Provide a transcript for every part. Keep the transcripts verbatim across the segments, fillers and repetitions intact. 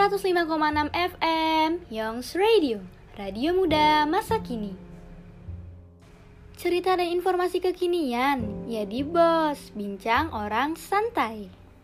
seratus lima koma enam F M Youngs Radio, radio muda masa kini. Cerita dan informasi kekinian, ya di Bos, bincang orang santai.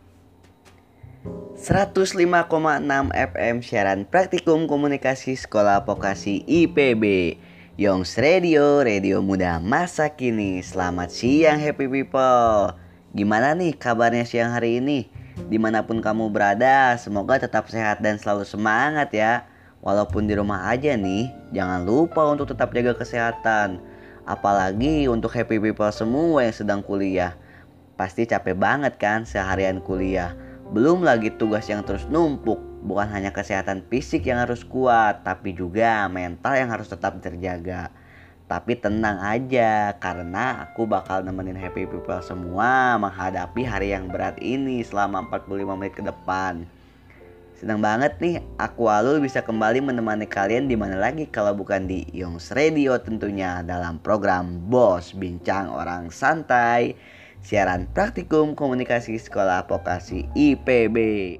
seratus lima koma enam F M siaran praktikum komunikasi sekolah vokasi I P B. Youngs Radio, radio muda masa kini. Selamat siang happy people. Gimana nih kabarnya siang hari ini? Dimanapun kamu berada, semoga tetap sehat dan selalu semangat ya. Walaupun di rumah aja nih, jangan lupa untuk tetap jaga kesehatan. Apalagi untuk happy people semua yang sedang kuliah. Pasti capek banget kan seharian kuliah. Belum lagi tugas yang terus numpuk. Bukan hanya kesehatan fisik yang harus kuat, tapi juga mental yang harus tetap terjaga. Tapi tenang aja, karena aku bakal nemenin happy people semua menghadapi hari yang berat ini selama empat puluh lima menit ke depan. Senang banget nih, aku Alul bisa kembali menemani kalian di mana lagi kalau bukan di Youngs Radio tentunya, dalam program Bos Bincang Orang Santai, siaran praktikum komunikasi sekolah vokasi I P B.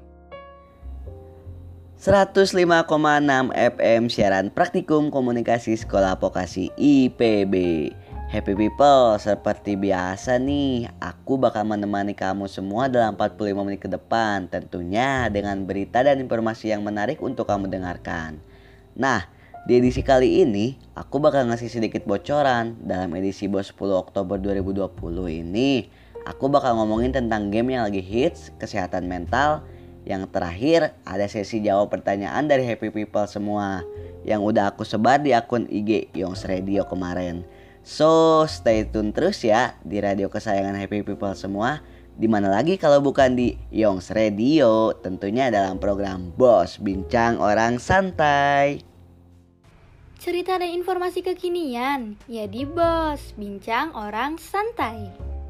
seratus lima koma enam F M siaran praktikum komunikasi sekolah vokasi I P B. Happy people, seperti biasa nih, aku bakal menemani kamu semua dalam empat puluh lima menit ke depan, tentunya dengan berita dan informasi yang menarik untuk kamu dengarkan. Nah, di edisi kali ini aku bakal ngasih sedikit bocoran. Dalam edisi Bos sepuluh Oktober dua ribu dua puluh ini, aku bakal ngomongin tentang game yang lagi hits, kesehatan mental. Yang terakhir ada sesi jawab pertanyaan dari happy people semua yang udah aku sebar di akun I G Youngs Radio kemarin. So stay tune terus ya di radio kesayangan happy people semua. Dimana lagi kalau bukan di Youngs Radio, tentunya dalam program Bos Bincang Orang Santai. Cerita dan informasi kekinian, ya di Bos Bincang Orang Santai.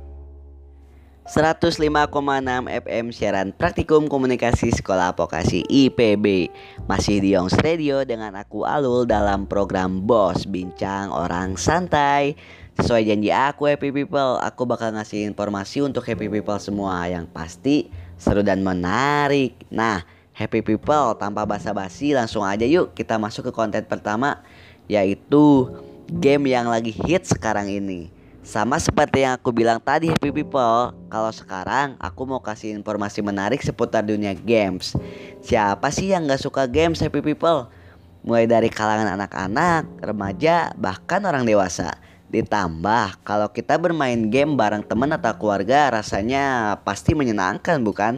seratus lima koma enam F M siaran praktikum komunikasi sekolah vokasi I P B. Masih di Youngs Radio dengan aku Alul dalam program Bos Bincang Orang Santai. Sesuai janji aku happy people, aku bakal ngasih informasi untuk happy people semua yang pasti seru dan menarik. Nah happy people, tanpa basa-basi langsung aja yuk kita masuk ke konten pertama, yaitu game yang lagi hit sekarang ini. Sama seperti yang aku bilang tadi happy people, kalau sekarang aku mau kasih informasi menarik seputar dunia games. Siapa sih yang gak suka games happy people? Mulai dari kalangan anak-anak, remaja, bahkan orang dewasa. Ditambah kalau kita bermain game bareng teman atau keluarga, rasanya pasti menyenangkan bukan?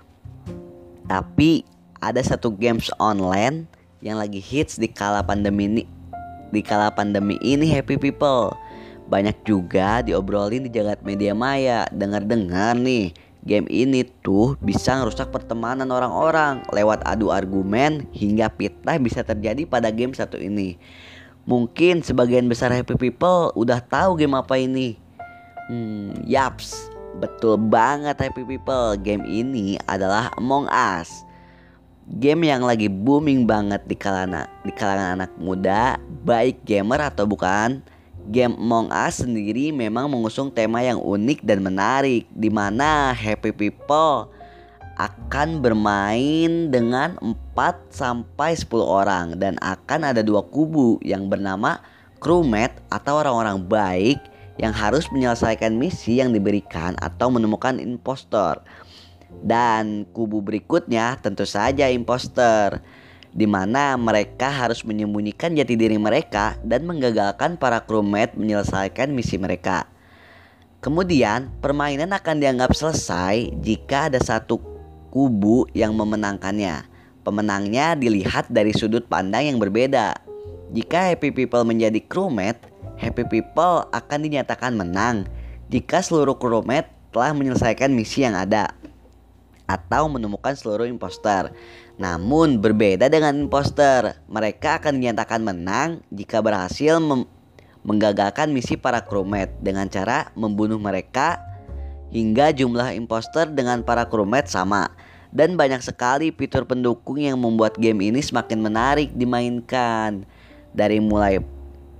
Tapi ada satu games online yang lagi hits di kala pandemi ini, di kala pandemi ini happy people. Banyak juga diobrolin di jagat media maya. Dengar-dengar nih, game ini tuh bisa ngerusak pertemanan orang-orang lewat adu argumen, hingga fitnah bisa terjadi pada game satu ini. Mungkin sebagian besar happy people udah tahu game apa ini. Hmm, yaps, betul banget happy people. Game ini adalah Among Us. Game yang lagi booming banget di kalangan di kalangan anak muda, baik gamer atau bukan. Game Among Us sendiri memang mengusung tema yang unik dan menarik, di mana happy people akan bermain dengan empat sampai sepuluh orang dan akan ada dua kubu yang bernama crewmate atau orang-orang baik yang harus menyelesaikan misi yang diberikan atau menemukan impostor. Dan kubu berikutnya tentu saja imposter, di mana mereka harus menyembunyikan jati diri mereka dan menggagalkan para crewmate menyelesaikan misi mereka. Kemudian permainan akan dianggap selesai jika ada satu kubu yang memenangkannya. Pemenangnya dilihat dari sudut pandang yang berbeda. Jika happy people menjadi crewmate, happy people akan dinyatakan menang jika seluruh crewmate telah menyelesaikan misi yang ada atau menemukan seluruh imposter. Namun berbeda dengan imposter, mereka akan dinyatakan menang jika berhasil mem- menggagalkan misi para crewmate dengan cara membunuh mereka hingga jumlah imposter dengan para crewmate sama. Dan banyak sekali fitur pendukung yang membuat game ini semakin menarik dimainkan. Dari mulai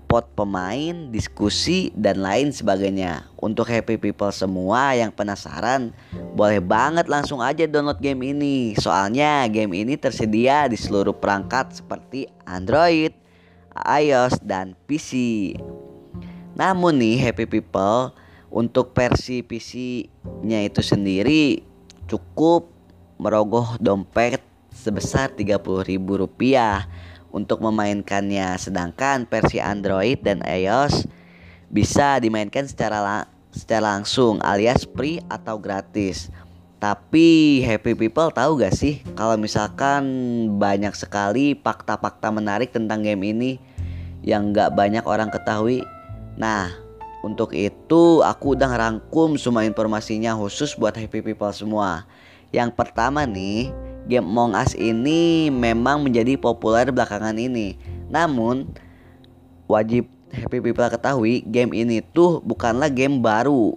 vote pemain, diskusi, dan lain sebagainya. Untuk happy people semua yang penasaran, boleh banget langsung aja download game ini. Soalnya game ini tersedia di seluruh perangkat seperti Android, iOS, dan P C. Namun nih happy people, untuk versi P C-nya itu sendiri cukup merogoh dompet sebesar tiga puluh ribu rupiah untuk memainkannya, sedangkan versi Android dan iOS bisa dimainkan secara la- secara langsung alias free atau gratis. Tapi happy people tahu gak sih kalau misalkan banyak sekali fakta-fakta menarik tentang game ini yang gak banyak orang ketahui. Nah, untuk itu aku udah ngerangkum semua informasinya khusus buat happy people semua. Yang pertama nih, game Among Us ini memang menjadi populer belakangan ini. Namun wajib happy people ketahui, game ini tuh bukanlah game baru.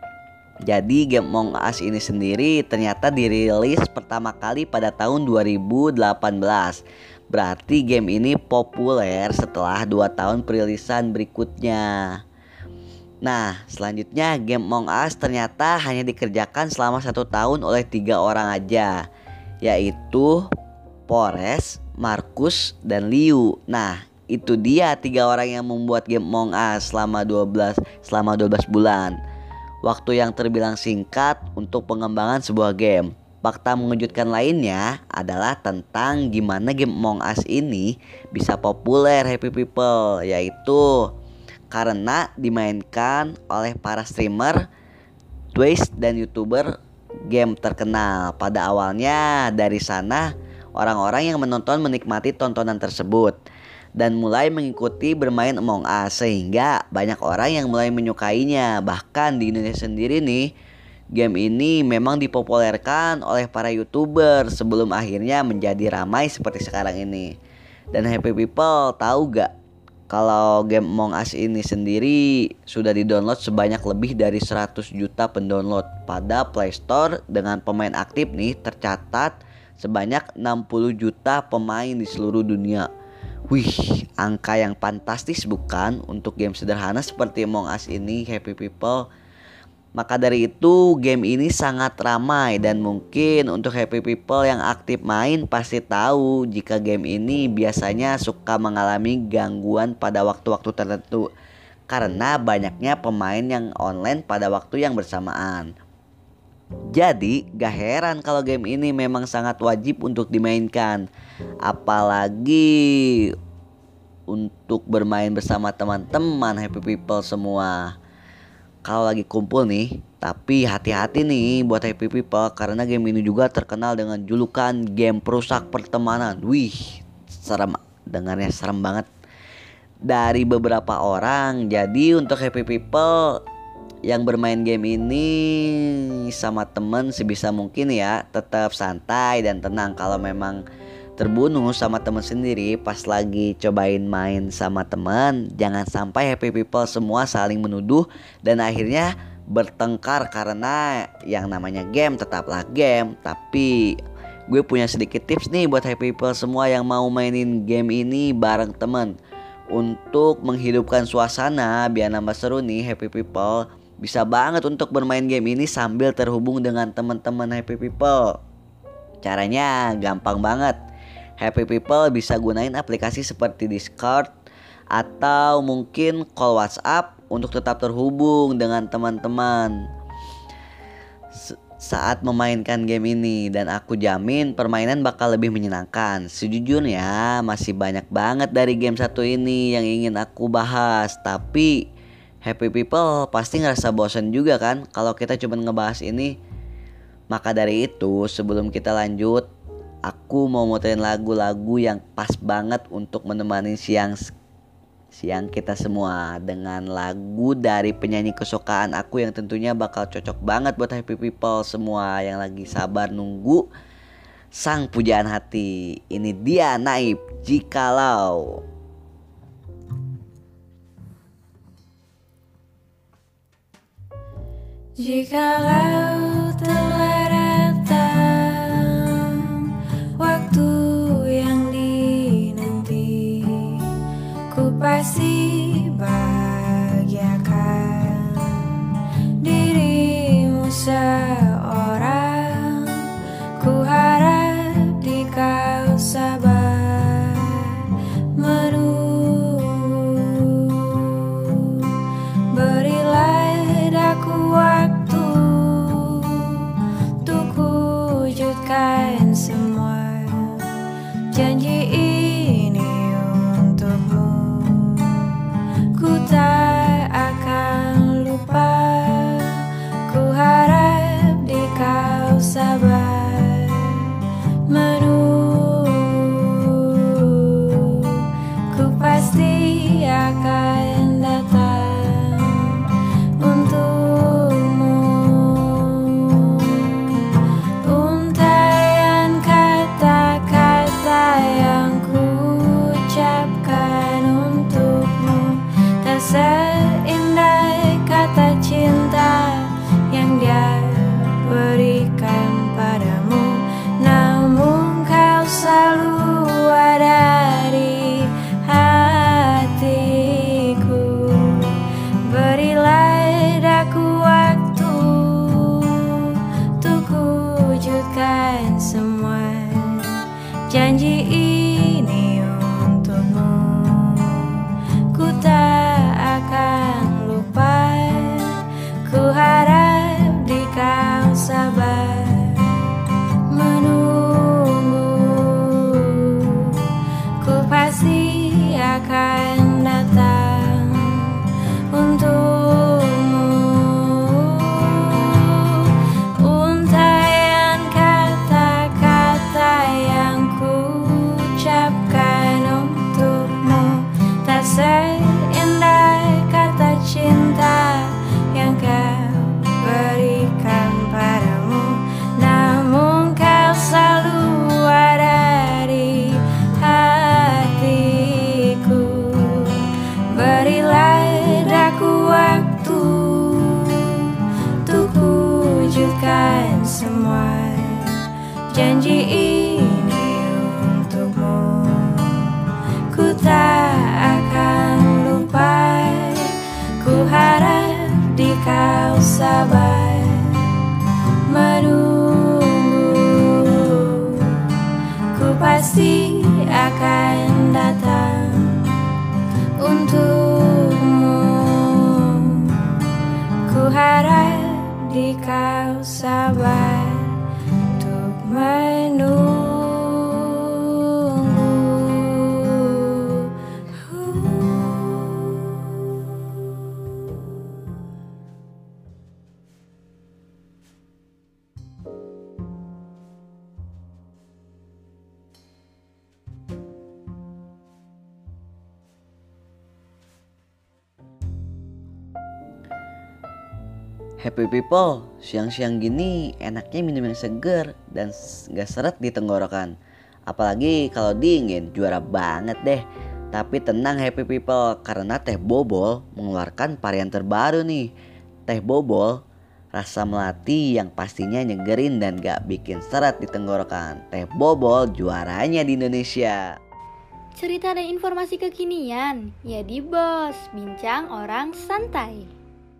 Jadi game Among Us ini sendiri ternyata dirilis pertama kali pada tahun dua ribu delapan belas. Berarti game ini populer setelah dua tahun perilisan berikutnya. Nah, selanjutnya game Among Us ternyata hanya dikerjakan selama satu tahun oleh tiga orang aja, yaitu Forrest, Marcus, dan Liu. Nah, itu dia tiga orang yang membuat game Among Us selama dua belas selama dua belas bulan. Waktu yang terbilang singkat untuk pengembangan sebuah game. Fakta mengejutkan lainnya adalah tentang gimana game Among Us ini bisa populer happy people, yaitu karena dimainkan oleh para streamer, Twitch, dan YouTuber game terkenal. Pada awalnya dari sana orang-orang yang menonton menikmati tontonan tersebut dan mulai mengikuti bermain Among Us, sehingga banyak orang yang mulai menyukainya. Bahkan di Indonesia sendiri nih, game ini memang dipopulerkan oleh para YouTuber sebelum akhirnya menjadi ramai seperti sekarang ini. Dan happy people tahu gak kalau game Among Us ini sendiri sudah di-download sebanyak lebih dari seratus juta pendownload. Pada Play Store dengan pemain aktif nih tercatat sebanyak enam puluh juta pemain di seluruh dunia. Wih, angka yang fantastis bukan untuk game sederhana seperti Among Us ini happy people. Maka dari itu game ini sangat ramai dan mungkin untuk happy people yang aktif main pasti tahu jika game ini biasanya suka mengalami gangguan pada waktu-waktu tertentu karena banyaknya pemain yang online pada waktu yang bersamaan. Jadi gak heran kalau game ini memang sangat wajib untuk dimainkan, apalagi untuk bermain bersama teman-teman happy people semua. Kalau lagi kumpul nih, tapi hati-hati nih buat happy people karena game ini juga terkenal dengan julukan game perusak pertemanan. Wih, serem, dengarnya serem banget. Dari beberapa orang, jadi untuk happy people yang bermain game ini sama temen sebisa mungkin ya tetap santai dan tenang. Kalau memang terbunuh sama teman sendiri pas lagi cobain main sama teman, jangan sampai happy people semua saling menuduh dan akhirnya bertengkar karena yang namanya game tetaplah game. Tapi gue punya sedikit tips nih buat happy people semua yang mau mainin game ini bareng teman. Untuk menghidupkan suasana biar nambah seru nih happy people, bisa banget untuk bermain game ini sambil terhubung dengan teman-teman happy people. Caranya gampang banget. Happy people bisa gunain aplikasi seperti Discord atau mungkin call WhatsApp untuk tetap terhubung dengan teman-teman saat memainkan game ini, dan aku jamin permainan bakal lebih menyenangkan. Sejujurnya masih banyak banget dari game satu ini yang ingin aku bahas, tapi happy people pasti ngerasa bosan juga kan kalau kita cuma ngebahas ini. Maka dari itu sebelum kita lanjut, aku mau muterin lagu-lagu yang pas banget untuk menemani siang siang kita semua dengan lagu dari penyanyi kesukaan aku yang tentunya bakal cocok banget buat happy people semua yang lagi sabar nunggu sang pujaan hati. Ini dia Naib, Jikalau. Jikalau telah datang waktu yang dinanti, ku pasti sabar menunggu, ku pasti akan datang untukmu. Untaian kata-kata yang ku ucapkan untukmu tak seindah kata cinta yang dia berikan padamu, namun kau selalu ada di hatiku. Berilah daku waktu untuk wujudkan semua janji ini untukmu. Ku tak akan lupa, ku harap di kau sabar menunggu, ku pasti akan datang untukmu. Untaian kata-kata yang ku ucapkan untukmu tak seindah kata cinta yang kau berikan padamu, namun kau selalu ada di hatiku. Berilah daku waktu untuk wujudkan semua janji ini untukmu. Ku tak akan lupa, ku harap di kau sabar menunggu, ku pasti akan datang untukmu. Ku harap di kau sabar untuk menunggu. Happy people, siang-siang gini enaknya minum yang seger dan gak seret di tenggorokan. Apalagi kalau dingin, juara banget deh. Tapi tenang happy people, karena teh bobol mengeluarkan varian terbaru nih. Teh bobol rasa melati yang pastinya nyegerin dan gak bikin seret di tenggorokan. Teh bobol juaranya di Indonesia. Cerita dan informasi kekinian, ya di Bos, Bincang Orang Santai.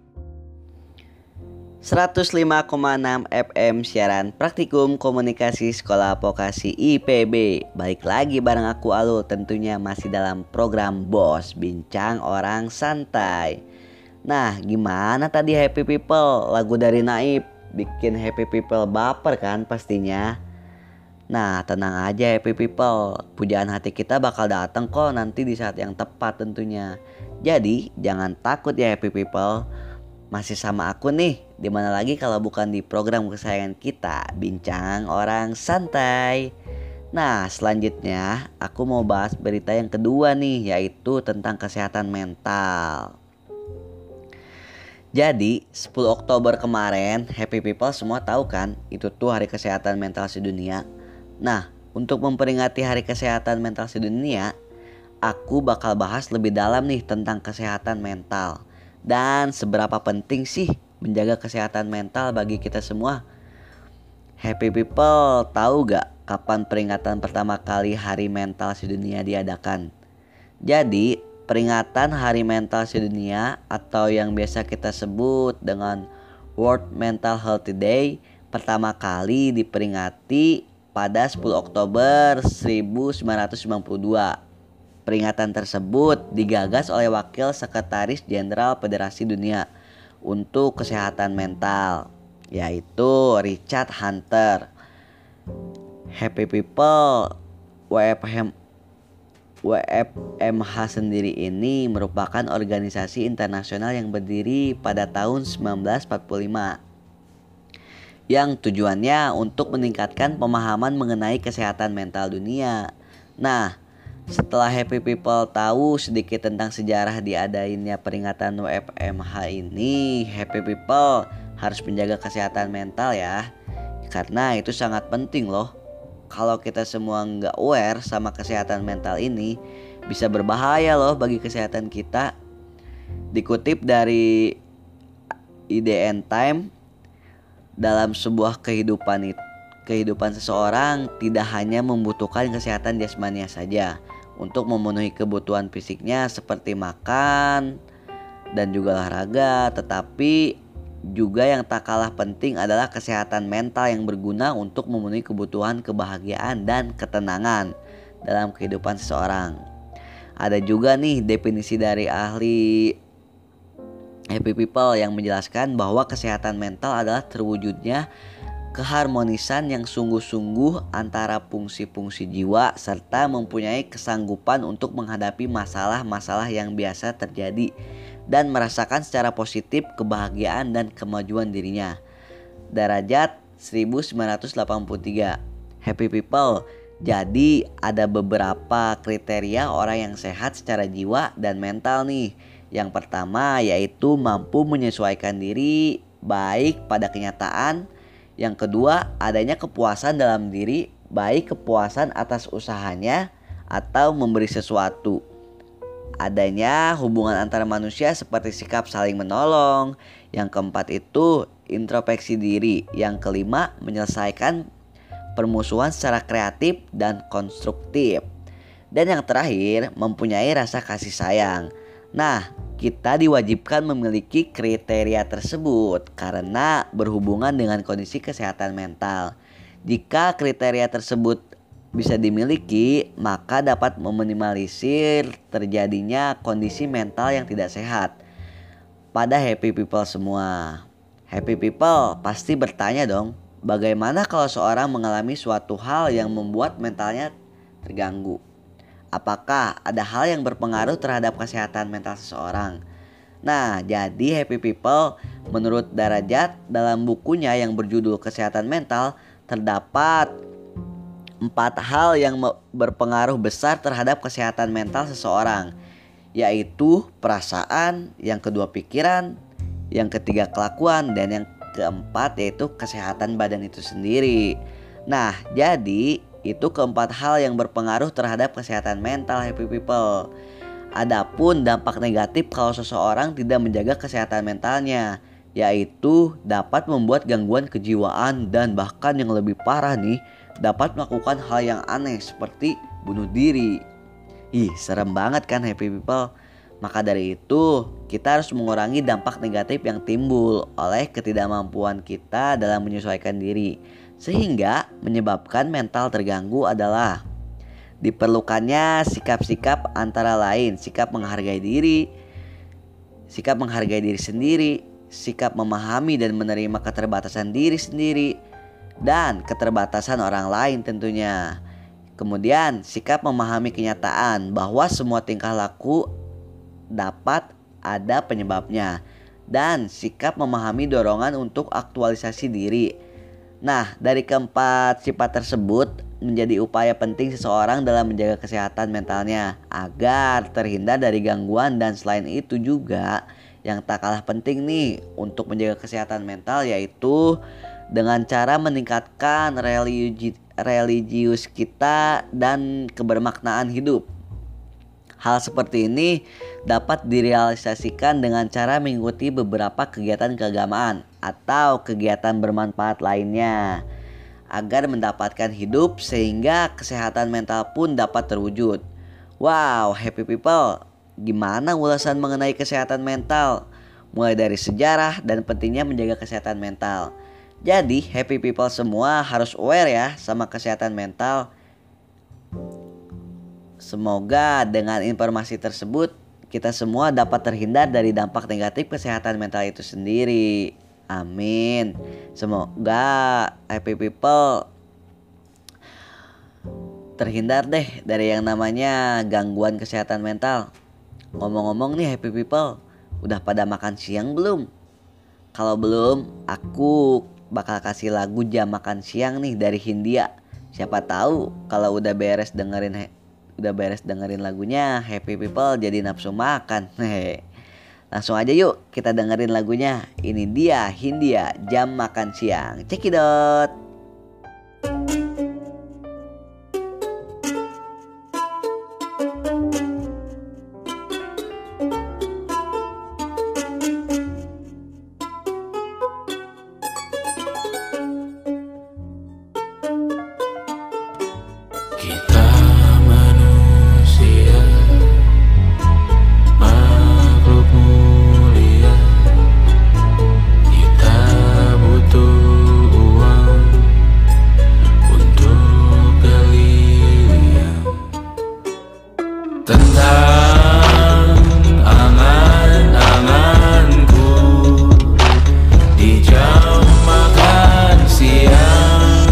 seratus lima koma enam F M siaran praktikum komunikasi sekolah vokasi I P B. Balik lagi bareng aku Alul, tentunya masih dalam program Bos Bincang Orang Santai. Nah, gimana tadi happy people? Lagu dari Naib bikin happy people baper kan pastinya. Nah, tenang aja happy people, pujaan hati kita bakal datang kok nanti di saat yang tepat tentunya. Jadi jangan takut ya happy people. Masih sama aku nih, dimana lagi kalau bukan di program kesayangan kita, Bincang Orang Santai. Nah, selanjutnya aku mau bahas berita yang kedua nih, yaitu tentang kesehatan mental. Jadi sepuluh Oktober kemarin, happy people semua tahu kan, itu tuh hari kesehatan mental sedunia. Nah, untuk memperingati hari kesehatan mental sedunia, aku bakal bahas lebih dalam nih tentang kesehatan mental. Dan seberapa penting sih menjaga kesehatan mental bagi kita semua? Happy people, tahu gak kapan peringatan pertama kali Hari Mental Sedunia diadakan? Jadi, peringatan Hari Mental Sedunia atau yang biasa kita sebut dengan World Mental Health Day pertama kali diperingati pada sepuluh Oktober seribu sembilan ratus sembilan puluh dua. Peringatan tersebut digagas oleh Wakil Sekretaris Jenderal Federasi Dunia untuk Kesehatan Mental, yaitu Richard Hunter. Happy people, W F M W F M H sendiri ini merupakan organisasi internasional yang berdiri pada tahun seribu sembilan ratus empat puluh lima yang tujuannya untuk meningkatkan pemahaman mengenai kesehatan mental dunia. Nah, setelah Happy People tahu sedikit tentang sejarah diadainnya peringatan W F M H ini, Happy People harus menjaga kesehatan mental ya. Karena itu sangat penting loh. Kalau kita semua nggak aware sama kesehatan mental ini, bisa berbahaya loh bagi kesehatan kita. Dikutip dari I D N Time, dalam sebuah kehidupan itu, kehidupan seseorang tidak hanya membutuhkan kesehatan jasmania saja untuk memenuhi kebutuhan fisiknya seperti makan dan juga olahraga, tetapi juga yang tak kalah penting adalah kesehatan mental yang berguna untuk memenuhi kebutuhan kebahagiaan dan ketenangan dalam kehidupan seseorang. Ada juga nih definisi dari ahli Happy People yang menjelaskan bahwa kesehatan mental adalah terwujudnya keharmonisan yang sungguh-sungguh antara fungsi-fungsi jiwa serta mempunyai kesanggupan untuk menghadapi masalah-masalah yang biasa terjadi dan merasakan secara positif kebahagiaan dan kemajuan dirinya. Derajat seribu sembilan ratus delapan puluh tiga. Happy People. Jadi ada beberapa kriteria orang yang sehat secara jiwa dan mental nih. Yang pertama yaitu mampu menyesuaikan diri baik pada kenyataan. Yang kedua, adanya kepuasan dalam diri, baik kepuasan atas usahanya atau memberi sesuatu. Adanya hubungan antara manusia seperti sikap saling menolong. Yang keempat itu introspeksi diri. Yang kelima, menyelesaikan permusuhan secara kreatif dan konstruktif. Dan yang terakhir, mempunyai rasa kasih sayang. Nah, kita diwajibkan memiliki kriteria tersebut karena berhubungan dengan kondisi kesehatan mental. Jika kriteria tersebut bisa dimiliki, maka dapat meminimalisir terjadinya kondisi mental yang tidak sehat pada Happy People semua. Happy People pasti bertanya dong, bagaimana kalau seorang mengalami suatu hal yang membuat mentalnya terganggu? Apakah ada hal yang berpengaruh terhadap kesehatan mental seseorang? Nah, jadi Happy People, menurut Darajat dalam bukunya yang berjudul Kesehatan Mental, terdapat empat hal yang berpengaruh besar terhadap kesehatan mental seseorang, yaitu perasaan, yang kedua pikiran, yang ketiga kelakuan, dan yang keempat yaitu kesehatan badan itu sendiri. Nah, jadi itu keempat hal yang berpengaruh terhadap kesehatan mental Happy People. Adapun dampak negatif kalau seseorang tidak menjaga kesehatan mentalnya, yaitu dapat membuat gangguan kejiwaan dan bahkan yang lebih parah nih, dapat melakukan hal yang aneh seperti bunuh diri. Ih, serem banget kan Happy People? Maka dari itu, kita harus mengurangi dampak negatif yang timbul oleh ketidakmampuan kita dalam menyesuaikan diri, sehingga menyebabkan mental terganggu adalah diperlukannya sikap-sikap antara lain sikap menghargai diri, sikap menghargai diri sendiri, sikap memahami dan menerima keterbatasan diri sendiri, dan keterbatasan orang lain tentunya. Kemudian sikap memahami kenyataan bahwa semua tingkah laku dapat ada penyebabnya, dan sikap memahami dorongan untuk aktualisasi diri. Nah, dari keempat sifat tersebut menjadi upaya penting seseorang dalam menjaga kesehatan mentalnya agar terhindar dari gangguan, dan selain itu juga yang tak kalah penting nih untuk menjaga kesehatan mental yaitu dengan cara meningkatkan religi- religius kita dan kebermaknaan hidup. Hal seperti ini dapat direalisasikan dengan cara mengikuti beberapa kegiatan keagamaan atau kegiatan bermanfaat lainnya agar mendapatkan hidup sehingga kesehatan mental pun dapat terwujud. Wow, Happy People, gimana ulasan mengenai kesehatan mental? Mulai dari sejarah dan pentingnya menjaga kesehatan mental. Jadi Happy People semua harus aware ya sama kesehatan mental. Semoga dengan informasi tersebut kita semua dapat terhindar dari dampak negatif kesehatan mental itu sendiri. Amin. Semoga Happy People terhindar deh dari yang namanya gangguan kesehatan mental. Ngomong-ngomong nih Happy People, udah pada makan siang belum? Kalau belum, aku bakal kasih lagu jam makan siang nih dari Hindia. Siapa tahu kalau udah beres dengerin he- udah beres dengerin lagunya, happy people jadi nafsu makan. Hehe. Langsung aja yuk kita dengerin lagunya. Ini dia Hindia, jam makan siang. Cekidot. Kita manusia, makhluk mulia. Kita butuh uang untuk galian. Tentang angan-anganku di jam makan siang,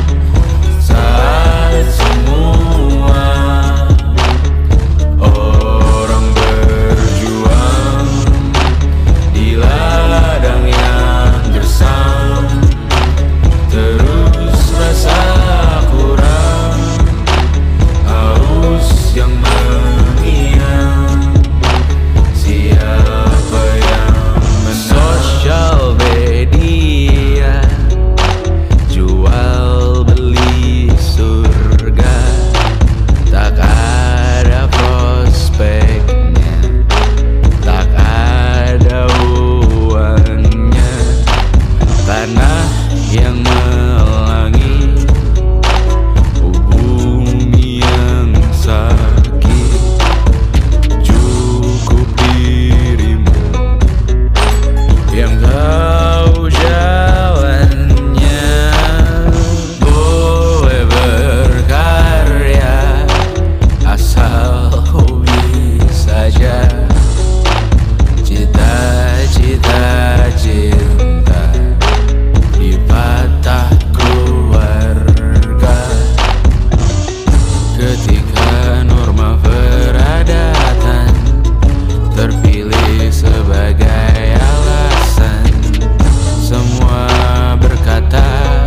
saat semua orang berjuang di ladang yang gersam, terus rasa kurang, haus yang mengiang. Siapa yang menang? Social media jual beli surga, tak ada prospeknya, tak ada uangnya. Tanah yang melangi, bumi yang sakit, cukup dirimu yang tahu jalannya. Boleh berkarya asal hobi saja, cita-cita cinta dipatah keluarga. Ketika norma peradatan terpilih sebagai alasan, semua berkata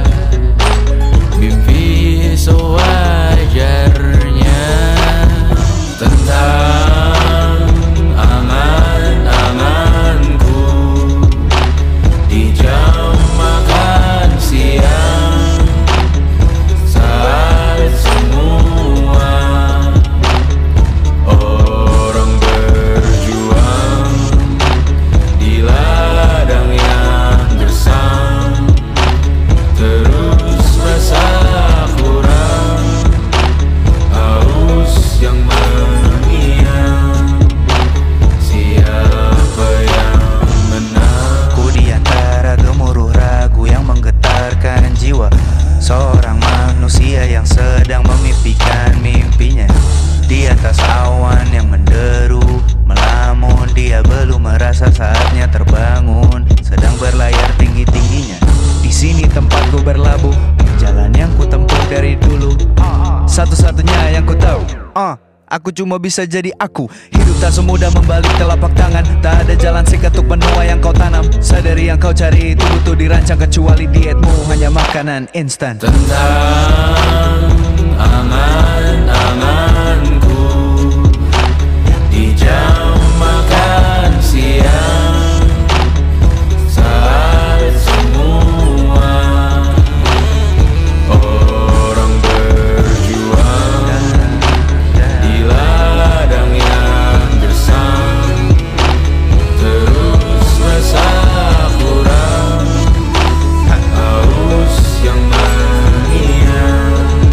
mimpi sewajarnya. Tentang angan-anganku di jam makan siang, saat semua orang berjuang di ladang yang gersam, terus rasa kurang, haus yang mengiang. Siapa yang menang? Ku di antara gemuruh ragu yang menggetarkan jiwa seorang manusia yang sedang memimpikan mimpinya. Di atas awan yang menderu, melamun, dia belum merasa saatnya terbangun, sedang berlayar tinggi-tingginya. Di sini tempatku berlabuh, jalan yang ku tempuh dari dulu, satu-satunya yang ku tahu. Ah, aku cuma bisa jadi aku. Hidup tak semudah membalik telapak tangan, tak ada jalan seketuk benua yang kau tanam. Sadari yang kau cari itu butuh dirancang, kecuali dietmu hanya makanan instan. Tentang angan-anganku di jam makan siang, saat semua orang berjuang di ladang yang gersam, terus rasa kurang, haus yang mengiang.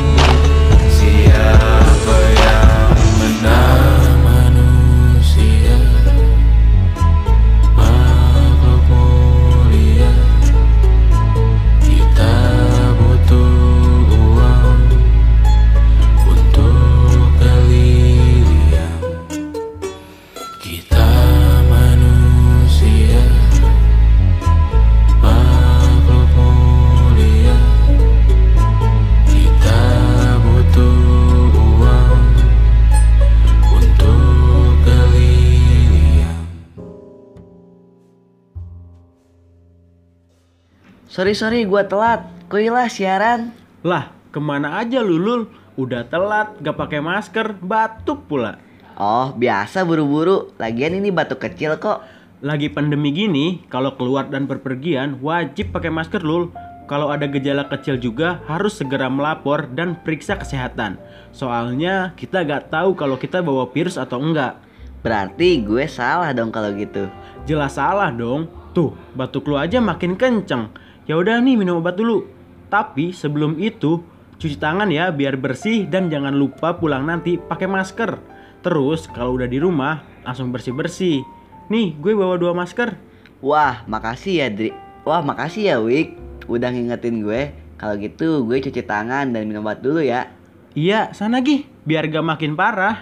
Sorry sorry gua telat. Kuilah siaran. Lah, kemana aja lu Lul? Udah telat, gak pakai masker, batuk pula. Oh biasa buru-buru. Lagian ini batuk kecil kok. Lagi pandemi gini, kalau keluar dan berpergian wajib pakai masker Lul. Kalau ada gejala kecil juga harus segera melapor dan periksa kesehatan. Soalnya kita gak tahu kalau kita bawa virus atau enggak. Berarti gue salah dong kalau gitu. Jelas salah dong. Tuh, batuk lu aja makin kenceng. Ya udah nih minum obat dulu. Tapi sebelum itu cuci tangan ya biar bersih dan jangan lupa pulang nanti pakai masker. Terus kalau udah di rumah langsung bersih-bersih. Nih gue bawa dua masker. Wah makasih ya Dri. Wah makasih ya Wik. Udah ngingetin gue. Kalau gitu gue cuci tangan dan minum obat dulu ya. Iya sana Gih, biar gak makin parah.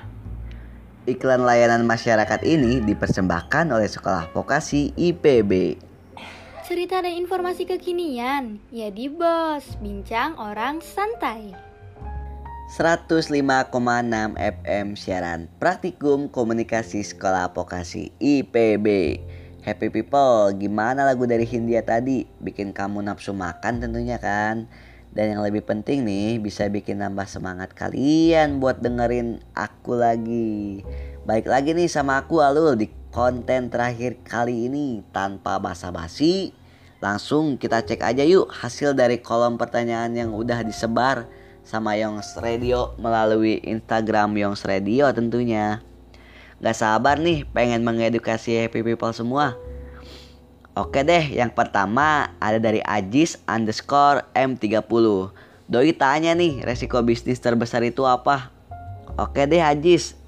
Iklan layanan masyarakat ini dipersembahkan oleh Sekolah Vokasi I P B. Cerita dan informasi kekinian, ya di Bos, Bincang Orang Santai. seratus lima koma enam F M siaran praktikum komunikasi Sekolah Vokasi I P B. Happy people, gimana lagu dari Hindia tadi? Bikin kamu nafsu makan tentunya kan? Dan yang lebih penting nih, bisa bikin nambah semangat kalian buat dengerin aku lagi. Balik lagi nih sama aku Alul di konten terakhir kali ini. Tanpa basa-basi, langsung kita cek aja yuk hasil dari kolom pertanyaan yang udah disebar sama Yongs Radio melalui Instagram Yongs Radio tentunya. Gak sabar nih pengen mengedukasi happy people semua. Oke deh, yang pertama ada dari Ajis underscore M tiga puluh. Doi tanya nih, resiko bisnis terbesar itu apa? Oke deh Ajis.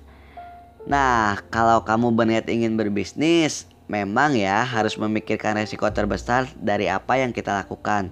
Nah, kalau kamu berniat ingin berbisnis, memang ya harus memikirkan resiko terbesar dari apa yang kita lakukan.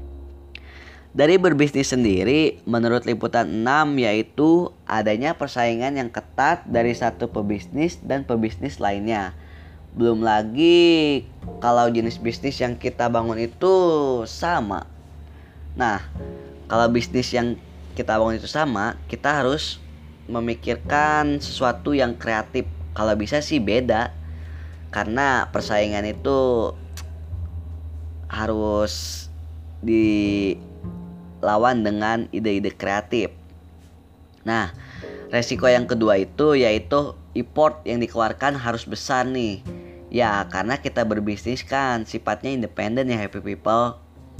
Dari berbisnis sendiri, menurut liputan enam yaitu adanya persaingan yang ketat dari satu pebisnis dan pebisnis lainnya. Belum lagi kalau jenis bisnis yang kita bangun itu sama. Nah, kalau bisnis yang kita bangun itu sama, kita harus memikirkan sesuatu yang kreatif. Kalau bisa sih beda. Karena persaingan itu harus dilawan dengan ide-ide kreatif. Nah, resiko yang kedua itu yaitu effort yang dikeluarkan harus besar nih. Ya, karena kita berbisnis kan sifatnya independen ya happy people.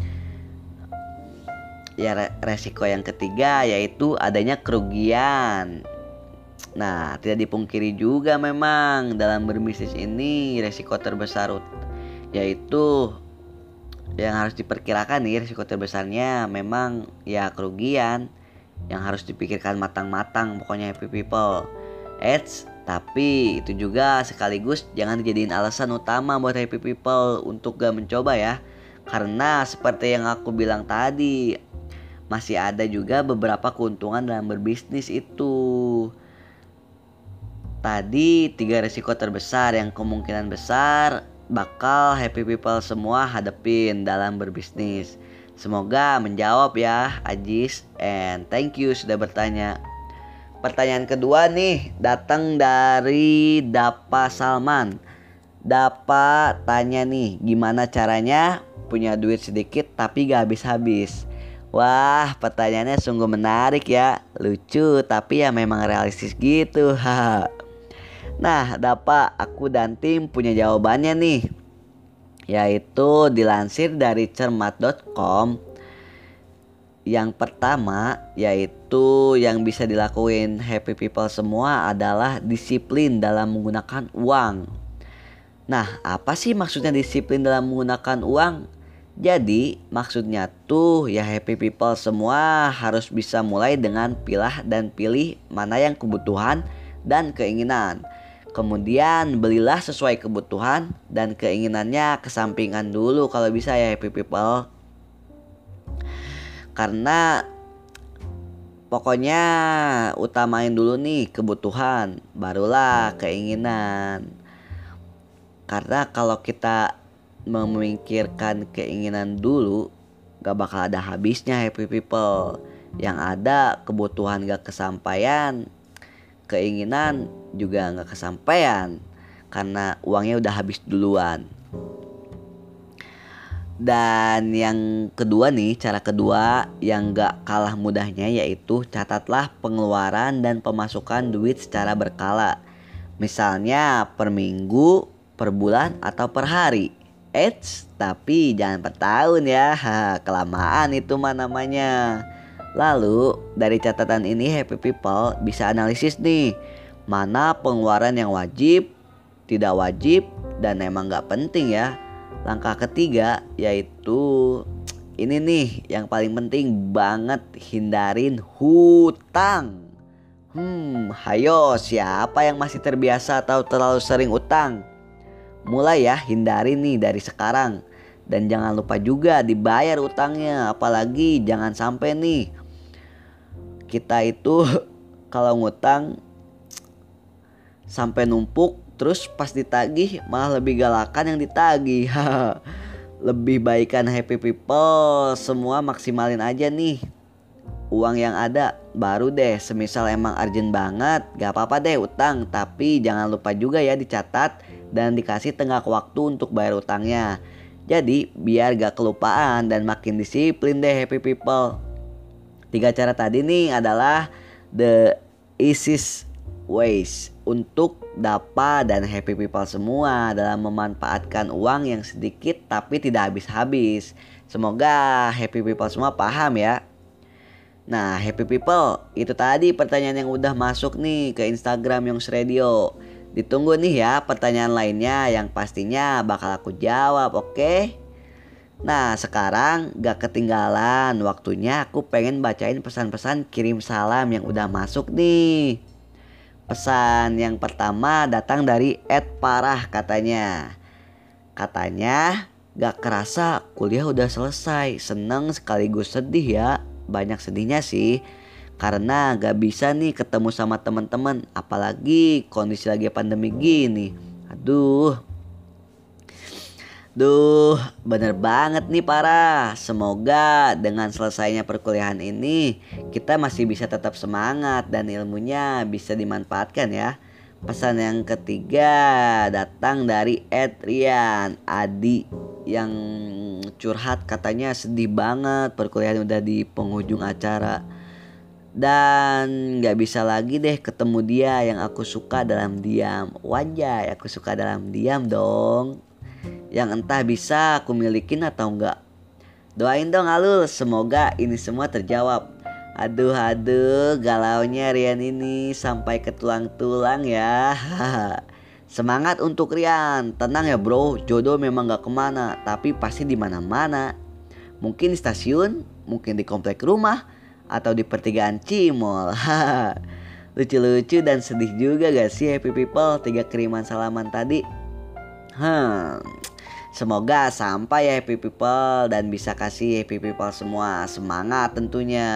Ya, resiko yang ketiga yaitu adanya kerugian. Nah, tidak dipungkiri juga memang dalam berbisnis ini resiko terbesar yaitu yang harus diperkirakan nih resiko terbesarnya memang ya kerugian yang harus dipikirkan matang-matang pokoknya happy people. Eits, tapi itu juga sekaligus jangan dijadiin alasan utama buat happy people untuk gak mencoba ya. Karena seperti yang aku bilang tadi, masih ada juga beberapa keuntungan dalam berbisnis itu. Tadi tiga resiko terbesar yang kemungkinan besar bakal happy people semua hadepin dalam berbisnis. Semoga menjawab ya Ajis, and thank you sudah bertanya. Pertanyaan kedua nih datang dari Dapa Salman. Dapa tanya nih, gimana caranya punya duit sedikit tapi gak habis-habis? Wah, pertanyaannya sungguh menarik ya. Lucu tapi ya memang realistis gitu. Nah, Dapa, aku dan tim punya jawabannya nih. Yaitu dilansir dari cermat dot com. Yang pertama yaitu yang bisa dilakuin happy people semua adalah disiplin dalam menggunakan uang. Nah, apa sih maksudnya disiplin dalam menggunakan uang? Jadi maksudnya tuh ya happy people semua harus bisa mulai dengan pilah dan pilih mana yang kebutuhan dan keinginan. Kemudian belilah sesuai kebutuhan dan keinginannya kesampingan dulu kalau bisa ya happy people. Karena pokoknya utamain dulu nih kebutuhan, barulah keinginan. Karena kalau kita memikirkan keinginan dulu, gak bakal ada habisnya happy people. Yang ada kebutuhan gak kesampaian, keinginan juga gak kesampaian. Karena uangnya udah habis duluan. Dan yang kedua nih, cara kedua yang gak kalah mudahnya yaitu catatlah pengeluaran dan pemasukan duit secara berkala. Misalnya per minggu, per bulan, atau per hari. Eits, tapi jangan per tahun ya, ha, kelamaan itu mah namanya. Lalu dari catatan ini Happy People bisa analisis nih, mana pengeluaran yang wajib, tidak wajib, dan emang gak penting ya. Langkah ketiga yaitu ini nih yang paling penting banget, hindarin hutang. Hmm, hayo siapa yang masih terbiasa atau terlalu sering utang? Mulai ya, hindari nih dari sekarang. Dan jangan lupa juga dibayar utangnya. Apalagi jangan sampai nih kita itu kalau ngutang sampai numpuk, terus pas ditagih malah lebih galakan yang ditagih. Lebih baikan Happy People semua maksimalin aja nih uang yang ada. Baru deh semisal emang urgent banget, gak apa-apa deh utang. Tapi jangan lupa juga ya dicatat dan dikasih tengah waktu untuk bayar utangnya. Jadi biar gak kelupaan dan makin disiplin deh Happy People. Tiga cara tadi nih adalah the easiest ways untuk Dapa dan Happy People semua dalam memanfaatkan uang yang sedikit tapi tidak habis-habis. Semoga Happy People semua paham ya. Nah Happy People, itu tadi pertanyaan yang udah masuk nih ke Instagram Yongs Radio. Ditunggu nih ya pertanyaan lainnya yang pastinya bakal aku jawab, oke? Nah sekarang gak ketinggalan waktunya aku pengen bacain pesan-pesan kirim salam yang udah masuk nih. Pesan yang pertama datang dari Ed Parah katanya. Katanya gak kerasa kuliah udah selesai, seneng sekaligus sedih ya. Banyak sedihnya sih, karena gak bisa nih ketemu sama teman-teman, apalagi kondisi lagi pandemi gini. Aduh Duh, bener banget nih Parah. Semoga dengan selesainya perkuliahan ini kita masih bisa tetap semangat dan ilmunya bisa dimanfaatkan ya. Pesan yang ketiga datang dari Adrian Adi yang curhat katanya sedih banget perkuliahan udah di penghujung acara. Dan gak bisa lagi deh ketemu dia yang aku suka dalam diam. Wajay, aku suka dalam diam dong, yang entah bisa aku milikin atau enggak. Doain dong Alul, semoga ini semua terjawab. Aduh aduh galaunya Rian ini sampai ke tulang-tulang ya. Semangat untuk Rian, tenang ya bro, jodoh memang gak kemana, tapi pasti di mana-mana. Mungkin di stasiun, mungkin di komplek rumah, atau di pertigaan Cimol. Lucu-lucu dan sedih juga gak sih Happy People tiga kiriman salaman tadi? Hmm, semoga sampai ya Happy People dan bisa kasih Happy People semua semangat tentunya.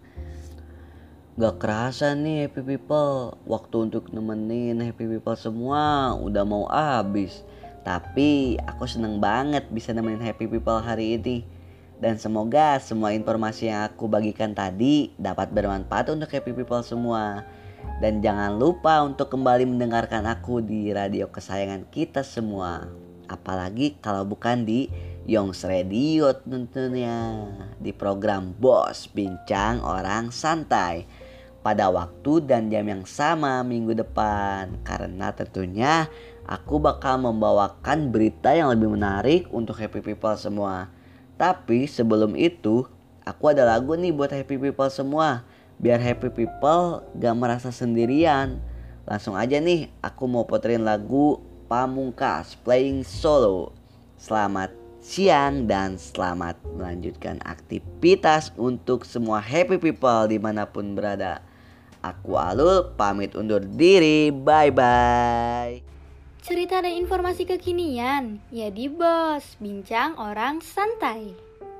Gak kerasa nih Happy People, waktu untuk nemenin Happy People semua udah mau habis. Tapi aku seneng banget bisa nemenin Happy People hari ini. Dan semoga semua informasi yang aku bagikan tadi dapat bermanfaat untuk Happy People semua. Dan jangan lupa untuk kembali mendengarkan aku di radio kesayangan kita semua. Apalagi kalau bukan di Yongs Radio tentunya. Di program Bos Bincang Orang Santai. Pada waktu dan jam yang sama minggu depan. Karena tentunya aku bakal membawakan berita yang lebih menarik untuk Happy People semua. Tapi sebelum itu, aku ada lagu nih buat Happy People semua. Biar Happy People gak merasa sendirian. Langsung aja nih, aku mau puterin lagu Pamungkas Playing Solo. Selamat siang dan selamat melanjutkan aktivitas untuk semua Happy People dimanapun berada. Aku Alul pamit undur diri, bye-bye. Cerita dan informasi kekinian, ya di Bos Bincang Orang Santai.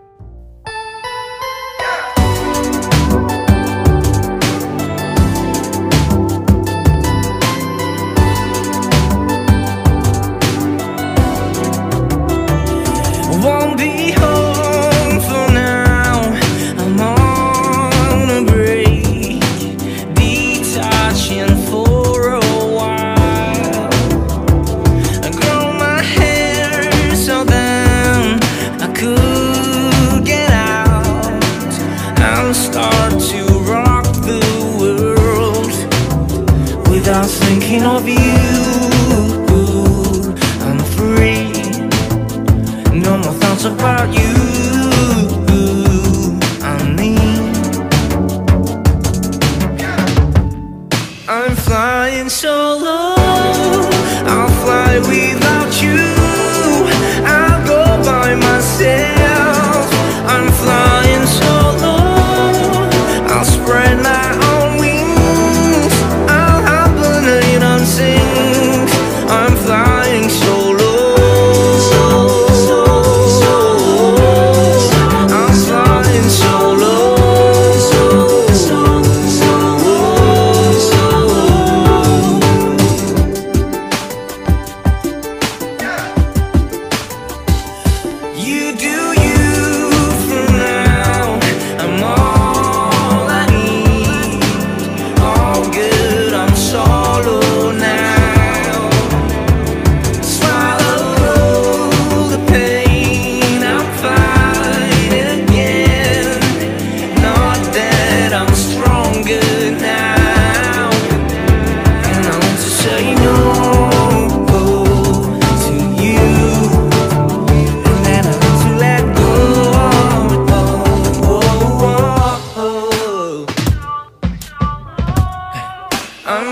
Won't be home for now. I'm on a break, detaching for a while. I grow my hair so then I could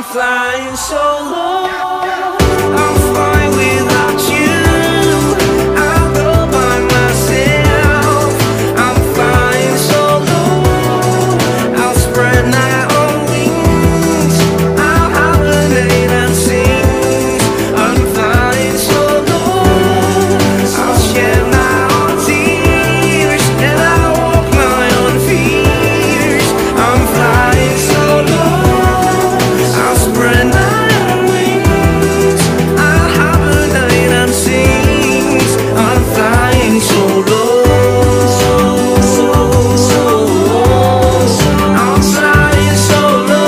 flying solo. I'm flying without you. I'll go by myself. I'm flying solo. I'll spread my own wings. I'll hibernate and sing. I'm flying solo. I'll shed my own tears and I'll walk my own fears. I'm flying solo. I'll spread my own wings. I'll hibernate and sing. I'm flying solo. I'm flying solo.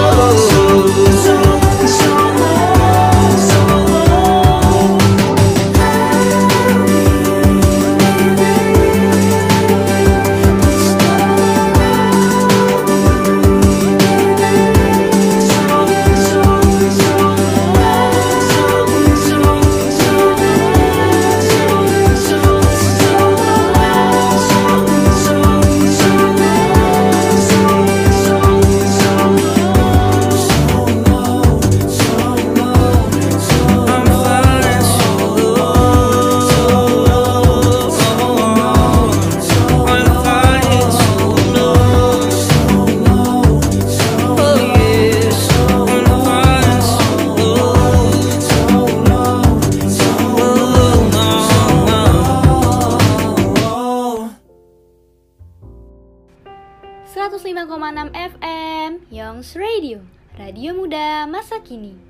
I'm flying solo. I'm flying solo. Oh yes, I'm flying solo. seratus lima koma enam F M Youngs Radio, radio muda masa kini.